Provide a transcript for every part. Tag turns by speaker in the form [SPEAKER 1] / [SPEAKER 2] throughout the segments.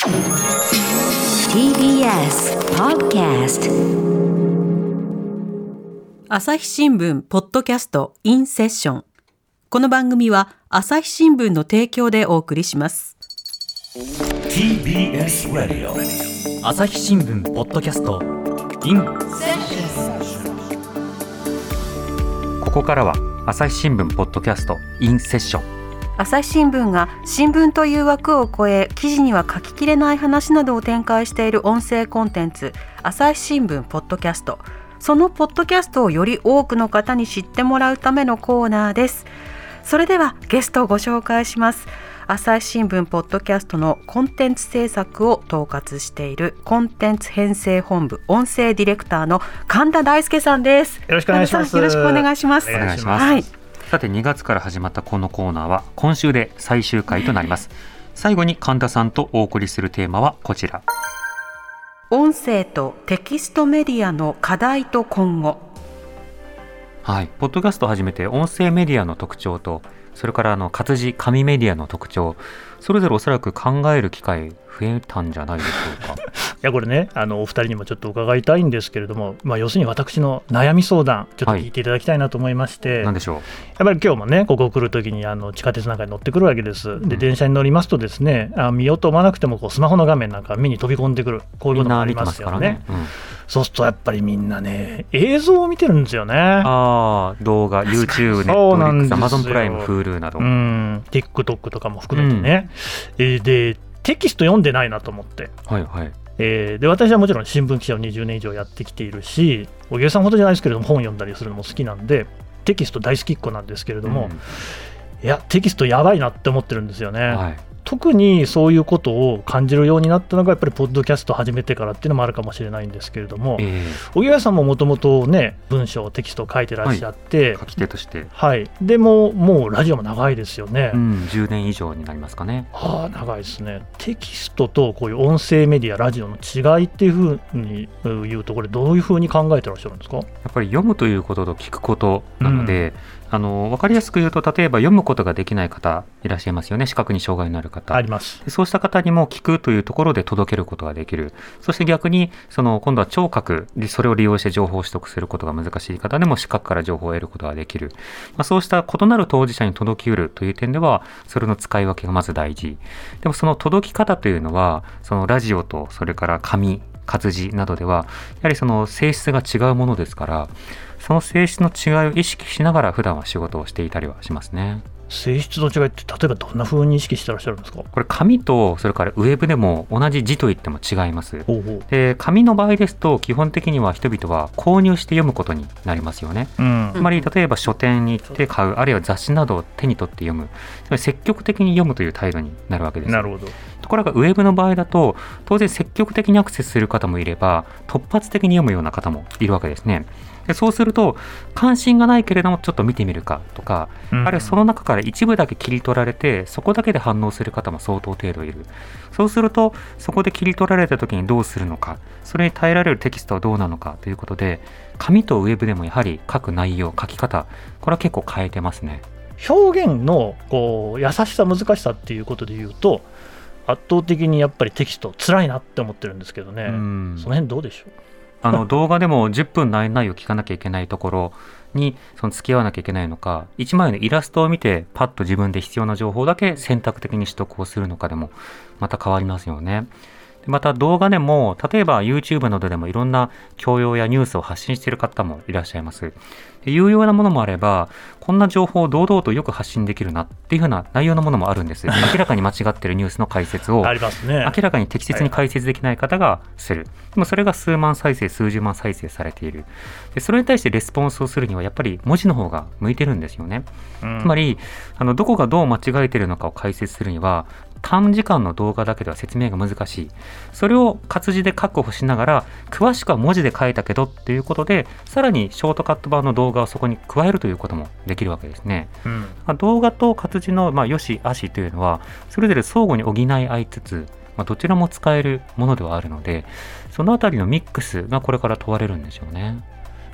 [SPEAKER 1] TBS Podcast
[SPEAKER 2] 朝日新聞ポッドキャストインセッション。この番組は朝日新聞の提供でお送りします。
[SPEAKER 3] TBS Radio 朝日新聞ポッドキャストインセッション。ここからは朝日新聞ポッドキャストインセッション。
[SPEAKER 2] 朝日新聞が新聞という枠を超え、記事には書ききれない話などを展開している音声コンテンツ、朝日新聞ポッドキャスト。そのポッドキャストをより多くの方に知ってもらうためのコーナーです。それではゲストをご紹介します。朝日新聞ポッドキャストのコンテンツ制作を統括しているコンテンツ編成本部音声ディレクターの神田大輔さんです。
[SPEAKER 4] よろしくお願いします。
[SPEAKER 2] よろしくお願いします。
[SPEAKER 3] お願いします。
[SPEAKER 2] はい、
[SPEAKER 3] さて2月から始まったこのコーナーは今週で最終回となります。最後に神田さんとお送りするテーマはこちら。
[SPEAKER 2] 音声とテキストメディアの課題と今後。
[SPEAKER 3] はい、ポッドキャストを始めて音声メディアの特徴と、それから活字紙メディアの特徴、それぞれおそらく考える機会増えたんじゃないでしょうか。
[SPEAKER 4] いやこれね、お二人にもちょっと伺いたいんですけれども、要するに私の悩み相談ちょっと聞いていただきたいなと思いまして、
[SPEAKER 3] 何でしょう。
[SPEAKER 4] やっぱり今日もねここ来るときに地下鉄なんかに乗ってくるわけです。で電車に乗りますとですね、見ようと思わなくてもスマホの画面なんか目に飛び込んでくる、こういうこともありますよね。そうするとやっぱりみんなね映像を見てるんですよね。
[SPEAKER 3] 動画 YouTube、Netflix、Amazon プライム、Hulu など、
[SPEAKER 4] TikTok とかも含めてね、でテキスト読んでないなと思って、で私はもちろん新聞記者を20年以上やってきているし、おげさんほどじゃないですけれども本読んだりするのも好きなんでテキスト大好きっ子なんですけれども、いやテキストやばいなって思ってるんですよね。特にそういうことを感じるようになったのがやっぱりポッドキャストを始めてからっていうのもあるかもしれないんですけれども、荻上さんももともとね文章テキストを書いてらっしゃって、
[SPEAKER 3] 書き手として、
[SPEAKER 4] でもうラジオも長いですよね。
[SPEAKER 3] 10年以上になりますかね。
[SPEAKER 4] 長いですね。テキストとこういう音声メディアラジオの違いっていうふうに言うと、これどういうふうに考えてらっしゃるんですか。や
[SPEAKER 3] っぱり読むということと聞くことなので、分かりやすく言うと、例えば読むことができない方いらっしゃいますよね。視覚に障害のある方
[SPEAKER 4] あります。
[SPEAKER 3] そうした方にも聞くというところで届けることができる。そして逆に今度は聴覚でそれを利用して情報を取得することが難しい方でも視覚から情報を得ることができる、そうした異なる当事者に届きうるという点ではそれの使い分けがまず大事。でもその届き方というのはラジオとそれから紙活字などではやはり性質が違うものですから、その性質の違いを意識しながら普段は仕事をしていたりはしますね。
[SPEAKER 4] 性質の違いって例えばどんな風に意識してらっしゃるんですか。
[SPEAKER 3] これ紙とそれからウェブでも同じ字といっても違います。で紙の場合ですと基本的には人々は購入して読むことになりますよね。つまり例えば書店に行って買う、あるいは雑誌などを手に取って読む、積極的に読むという態度になるわけです。
[SPEAKER 4] なるほど。
[SPEAKER 3] ところがウェブの場合だと当然積極的にアクセスする方もいれば突発的に読むような方もいるわけですね。でそうすると関心がないけれどもちょっと見てみるかとか、あるいはその中から一部だけ切り取られてそこだけで反応する方も相当程度いる。そうするとそこで切り取られた時にどうするのか、それに耐えられるテキストはどうなのかということで、紙とウェブでもやはり書く内容、書き方、これは結構変えてますね。
[SPEAKER 4] 表現の優しさ難しさっていうことでいうと圧倒的にやっぱりテキスト辛いなって思ってるんですけどね。その辺どうでしょう。
[SPEAKER 3] 動画でも10分の内容を聞かなきゃいけないところに付き合わなきゃいけないのか、1枚のイラストを見てパッと自分で必要な情報だけ選択的に取得をするのかでもまた変わりますよね。また動画でも例えば YouTube などでもいろんな教養やニュースを発信している方もいらっしゃいます。有用なものもあれば、こんな情報を堂々とよく発信できるなっていうふうな内容のものもあるんです。明らかに間違っているニュースの解説を明らかに適切に解説できない方がする。でもそれが数万再生数十万再生されている。でそれに対してレスポンスをするにはやっぱり文字の方が向いてるんですよね。つまりどこがどう間違えているのかを解説するには短時間の動画だけでは説明が難しい。それを活字で確保しながら詳しくは文字で書いたけどっていうことで、さらにショートカット版の動画をそこに加えるということもできるわけですね。動画と活字の良し悪しというのはそれぞれ相互に補い合いつつ、どちらも使えるものではあるので、そのあたりのミックスがこれから問われるんでしょうね。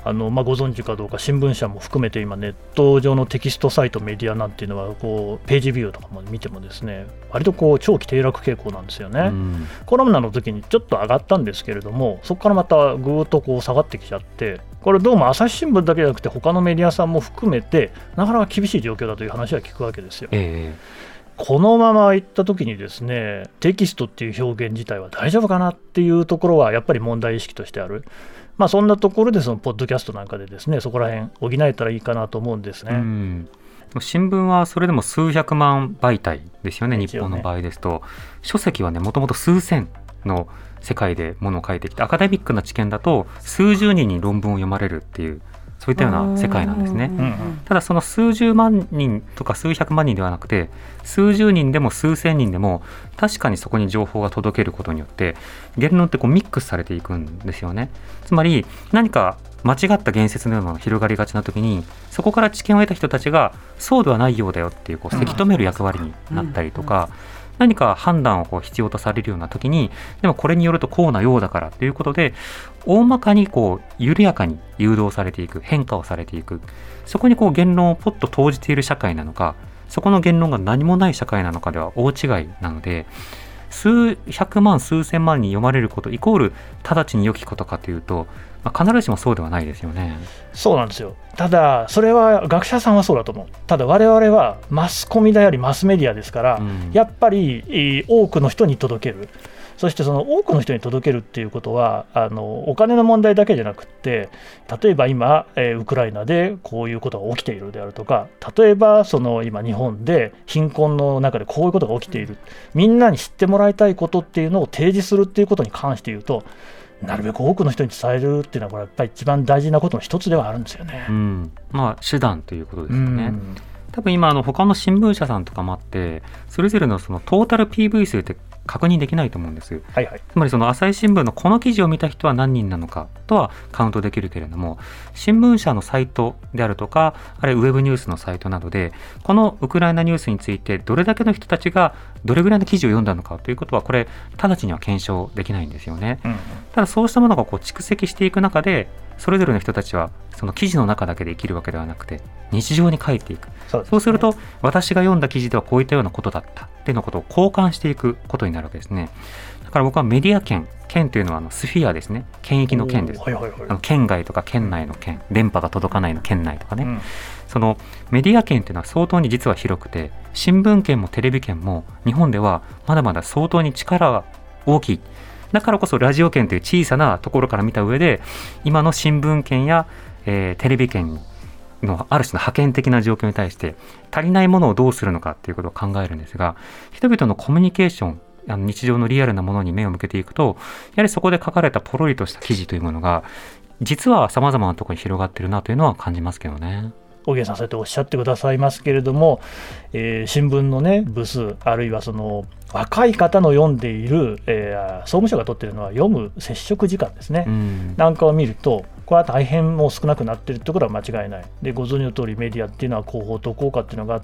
[SPEAKER 4] ご存知かどうか、新聞社も含めて今ネット上のテキストサイトメディアなんていうのはこうページビューとかも見てもですね、割とこう長期低落傾向なんですよね。コロナの時にちょっと上がったんですけれども、そこからまたぐーっとこう下がってきちゃって、これどうも朝日新聞だけじゃなくて他のメディアさんも含めてなかなか厳しい状況だという話は聞くわけですよ。このままいった時にですね、テキストっていう表現自体は大丈夫かなっていうところはやっぱり問題意識としてある。そんなところでそのポッドキャストなんかでですね、そこら辺補えたらいいかなと思うんですね。
[SPEAKER 3] 新聞はそれでも数百万媒体ですよね、日本の場合ですと。書籍はね、もともと数千の世界でものを書いてきて、アカデミックな知見だと数十人に論文を読まれるっていう、そういったような世界なんですね。ただその数十万人とか数百万人ではなくて、数十人でも数千人でも確かにそこに情報が届けることによって言論ってこうミックスされていくんですよね。つまり何か間違った言説のようなのが広がりがちな時に、そこから知見を得た人たちがそうではないようだよっていう、こうせき止める役割になったりとか、何か判断をこう必要とされるような時に、でもこれによるとこうなようだからということで、大まかにこう緩やかに誘導されていく、変化をされていく、そこにこう言論をポッと投じている社会なのか、そこの言論が何もない社会なのかでは大違いなので、数百万数千万に読まれることイコール直ちに良きことかというと、必ずしもそうではないですよね。
[SPEAKER 4] そうなんですよ。ただそれは学者さんはそうだと思う。ただ我々はマスコミでありマスメディアですから、やっぱり多くの人に届ける。そしてその多くの人に届けるっていうことはお金の問題だけじゃなくって、例えば今、ウクライナでこういうことが起きているであるとか、例えばその今日本で貧困の中でこういうことが起きている、みんなに知ってもらいたいことっていうのを提示するっていうことに関して言うと、なるべく多くの人に伝えるっていうのはこれやっぱり一番大事なことの一つではあるんですよね。
[SPEAKER 3] 手段ということですよね。多分今他の新聞社さんとかもあって、それぞれのそのトータル PV 数って確認できないと思うんです。つまりその朝日新聞のこの記事を見た人は何人なのかとはカウントできるけれども、新聞社のサイトであるとか、あるいはウェブニュースのサイトなどでこのウクライナニュースについてどれだけの人たちがどれぐらいの記事を読んだのかということは、これ直ちには検証できないんですよね。ただそうしたものがこう蓄積していく中で、それぞれの人たちはその記事の中だけで生きるわけではなくて、日常に書いていく。そうすると私が読んだ記事ではこういったようなことだったっていうのことを交換していくことになるわけですね。だから僕はメディア圏というのはスフィアですね。圏域の圏です。県外とか県内の県、電波が届かないの県内とかね、そのメディア圏というのは相当に実は広くて、新聞圏もテレビ圏も日本ではまだまだ相当に力が大きい。だからこそラジオ圏という小さなところから見た上で、今の新聞圏や、テレビ圏のある種の覇権的な状況に対して足りないものをどうするのかということを考えるんですが、人々のコミュニケーション、日常のリアルなものに目を向けていくと、やはりそこで書かれたポロリとした記事というものが実はさまざまなところに広がっているなというのは感じますけどね。
[SPEAKER 4] 大家さんそうやっておっしゃってくださいますけれども、新聞のね部数、あるいはその若い方の読んでいる、総務省が取っているのは読む接触時間ですね、なんかを見ると、これは大変もう少なくなっているところは間違いない。で、ご存知の通りメディアっていうのは広報と効果っていうのがあって、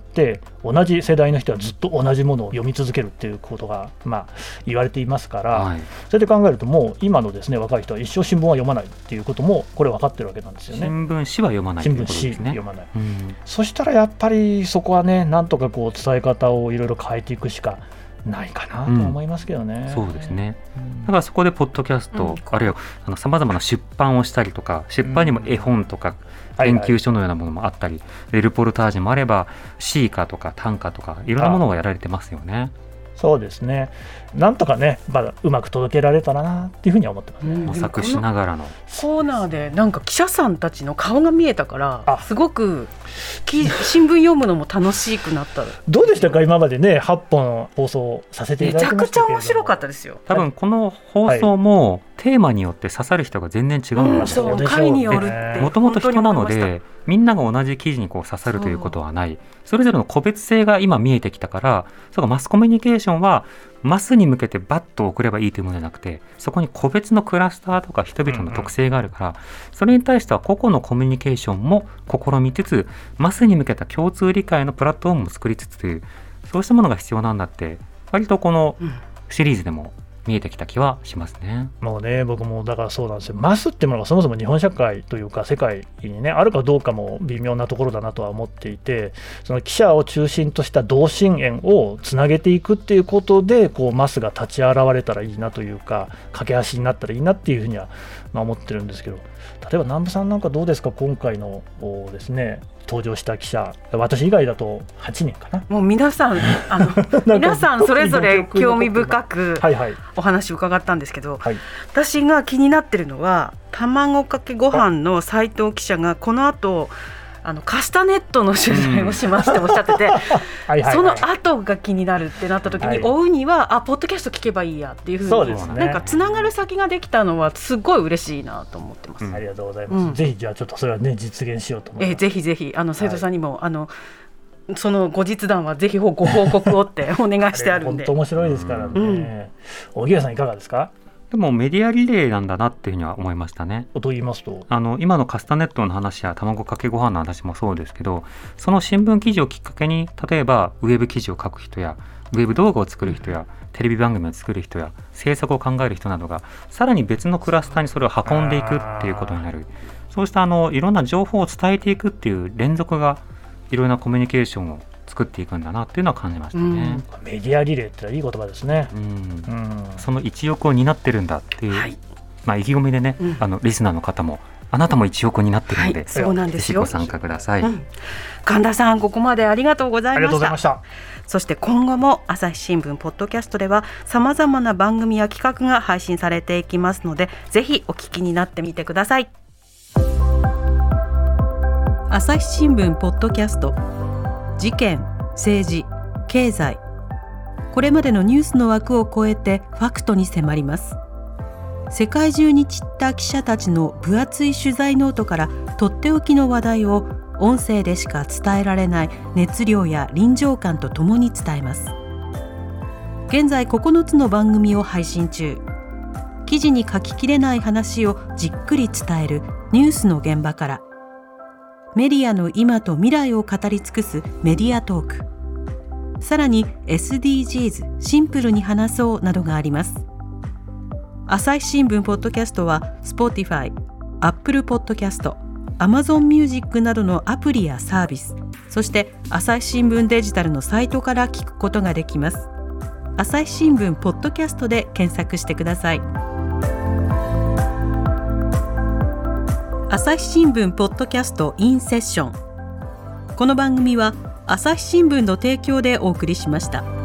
[SPEAKER 4] 同じ世代の人はずっと同じものを読み続けるっていうことが、言われていますから、それで考えるともう今のですね若い人は一生新聞は読まないっていうこともこれ分かってるわけなんですよね。
[SPEAKER 3] 新聞紙は読まないということですね。
[SPEAKER 4] 新聞紙読まない、そしたらやっぱりそこはね、なんとかこう伝え方をいろいろ変えていくしかないかなと思いますけどね。
[SPEAKER 3] そうですね。だからそこでポッドキャスト、あるいはさまざまな出版をしたりとか、出版にも絵本とか研究書のようなものもあったり、ルポルタージュもあれば詩歌とか短歌とかいろんなものをやられてますよね。
[SPEAKER 4] そうですね。なんとかね、うまく届けられたらなっていうふうには思ってますね。
[SPEAKER 3] 模索しながらの
[SPEAKER 2] コーナーでなんか記者さんたちの顔が見えたから、すごく新聞読むのも楽しくなった。
[SPEAKER 4] どうでしたか、今までね8本放送させていただきましたけれども。
[SPEAKER 2] めちゃくちゃ面白かったですよ。
[SPEAKER 3] 多分この放送もテーマによって刺さる人が全然違うんですよ。
[SPEAKER 2] 回によるって。
[SPEAKER 3] もともと人なので、みんなが同じ記事にこう刺さるということはない。それぞれの個別性が今見えてきたから、そうか、マスコミュニケーションはマスに向けてバッと送ればいいというものじゃなくて、そこに個別のクラスターとか人々の特性があるから、それに対しては個々のコミュニケーションも試みつつ、マスに向けた共通理解のプラットフォームを作りつつという、そうしたものが必要なんだって、割とこのシリーズでも見えてきた気はしますね。
[SPEAKER 4] もうね、僕もだからそうなんですよ。マスっていうものがそもそも日本社会というか世界にねあるかどうかも微妙なところだなとは思っていて、その記者を中心とした同心円をつなげていくっていうことでこうマスが立ち現れたらいいなというか、架け橋になったらいいなっていうふうには思ってるんですけど、例えば南部さんなんかどうですか、今回のですね登場した記者、私以外だと8人かな。
[SPEAKER 2] もう皆さん皆さんそれぞれ興味深くお話を伺ったんですけど、はい、私が気になってるのは卵かけご飯の斉藤記者がこの後カスタネットの取材をしますっておっしゃっててその後が気になるってなった時に、追うにはポッドキャスト聞けばいいやっていうふうに、なんかつながる先ができたのはすごい嬉しいなと思ってます。
[SPEAKER 4] ありがとうございます、ぜひじゃあちょっとそれはね実現しようと思います。
[SPEAKER 2] ぜひぜひ斉藤さんにも、その後日談はぜひご報告をってお願いしてあるんで
[SPEAKER 4] 本当面白いですからね。荻上さんいかがですか？
[SPEAKER 3] でもメディアリレーなんだなっていうふうには思いましたね。
[SPEAKER 4] と言いますと、
[SPEAKER 3] 今のカスタネットの話や卵かけご飯の話もそうですけど、その新聞記事をきっかけに例えばウェブ記事を書く人やウェブ動画を作る人やテレビ番組を作る人や制作を考える人などがさらに別のクラスターにそれを運んでいくっていうことになる。そうしたいろんな情報を伝えていくっていう連続がいろんなコミュニケーションを作っていくんだなっていうのは感じましたね。
[SPEAKER 4] メディアリレーっていい言葉ですね。
[SPEAKER 3] その一翼を担ってるんだっていう、意気込みでね、リスナーの方もあなたも一翼を担ってるので、
[SPEAKER 2] そうなんですよ。
[SPEAKER 3] ぜひご参加ください。
[SPEAKER 2] 神田さん、ここまでありがとうございました。
[SPEAKER 4] ありがとうございました。
[SPEAKER 2] そして今後も朝日新聞ポッドキャストではさまざまな番組や企画が配信されていきますので、ぜひお聞きになってみてください。朝日新聞ポッドキャスト、事件、政治、経済、これまでのニュースの枠を超えてファクトに迫ります。世界中に散った記者たちの分厚い取材ノートからとっておきの話題を音声でしか伝えられない熱量や臨場感とともに伝えます。現在9つの番組を配信中。記事に書ききれない話をじっくり伝えるニュースの現場から、メディアの今と未来を語り尽くすメディアトーク、さらに SDGs シンプルに話そうなどがあります。朝日新聞ポッドキャストは Spotify、Apple Podcast、Amazon Music などのアプリやサービス、そして朝日新聞デジタルのサイトから聞くことができます。朝日新聞ポッドキャストで検索してください。朝日新聞ポッドキャストインセッション。この番組は朝日新聞の提供でお送りしました。